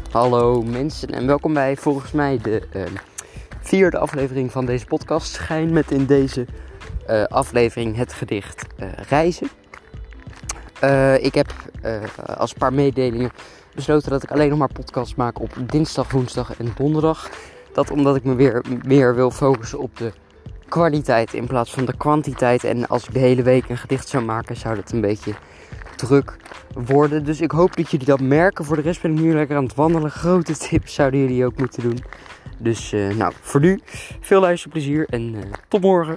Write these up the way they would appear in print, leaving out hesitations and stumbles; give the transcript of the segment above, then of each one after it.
Hallo mensen en welkom bij volgens mij de vierde aflevering van deze podcast. Schijn met in deze aflevering het gedicht Reizen. Ik heb als paar mededelingen besloten dat ik alleen nog maar podcasts maak op dinsdag, woensdag en donderdag. Dat omdat ik me weer meer wil focussen op de kwaliteit in plaats van de kwantiteit. En als ik de hele week een gedicht zou maken, zou dat een beetje druk worden. Dus ik hoop dat jullie dat merken. Voor de rest ben ik nu lekker aan het wandelen. Grote tips zouden jullie ook moeten doen. Dus voor nu veel luisterplezier en tot morgen.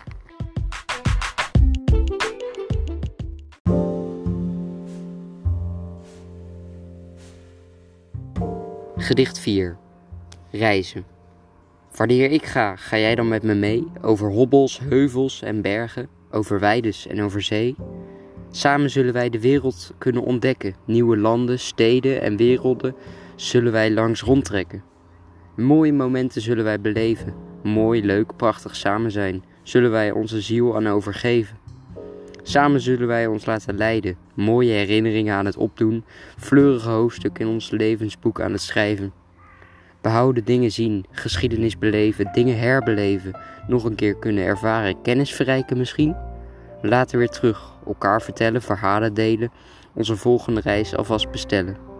Gedicht 4. Reizen. Wanneer ik ga, ga jij dan met me mee? Over hobbels, heuvels en bergen, over weides en over zee. Samen zullen wij de wereld kunnen ontdekken. Nieuwe landen, steden en werelden zullen wij langs rondtrekken. Mooie momenten zullen wij beleven. Mooi, leuk, prachtig samen zijn. Zullen wij onze ziel aan overgeven. Samen zullen wij ons laten leiden. Mooie herinneringen aan het opdoen. Fleurige hoofdstukken in ons levensboek aan het schrijven. Behouden dingen zien, geschiedenis beleven, dingen herbeleven. Nog een keer kunnen ervaren, kennis verrijken misschien. Later weer terug, elkaar vertellen, verhalen delen, onze volgende reis alvast bestellen.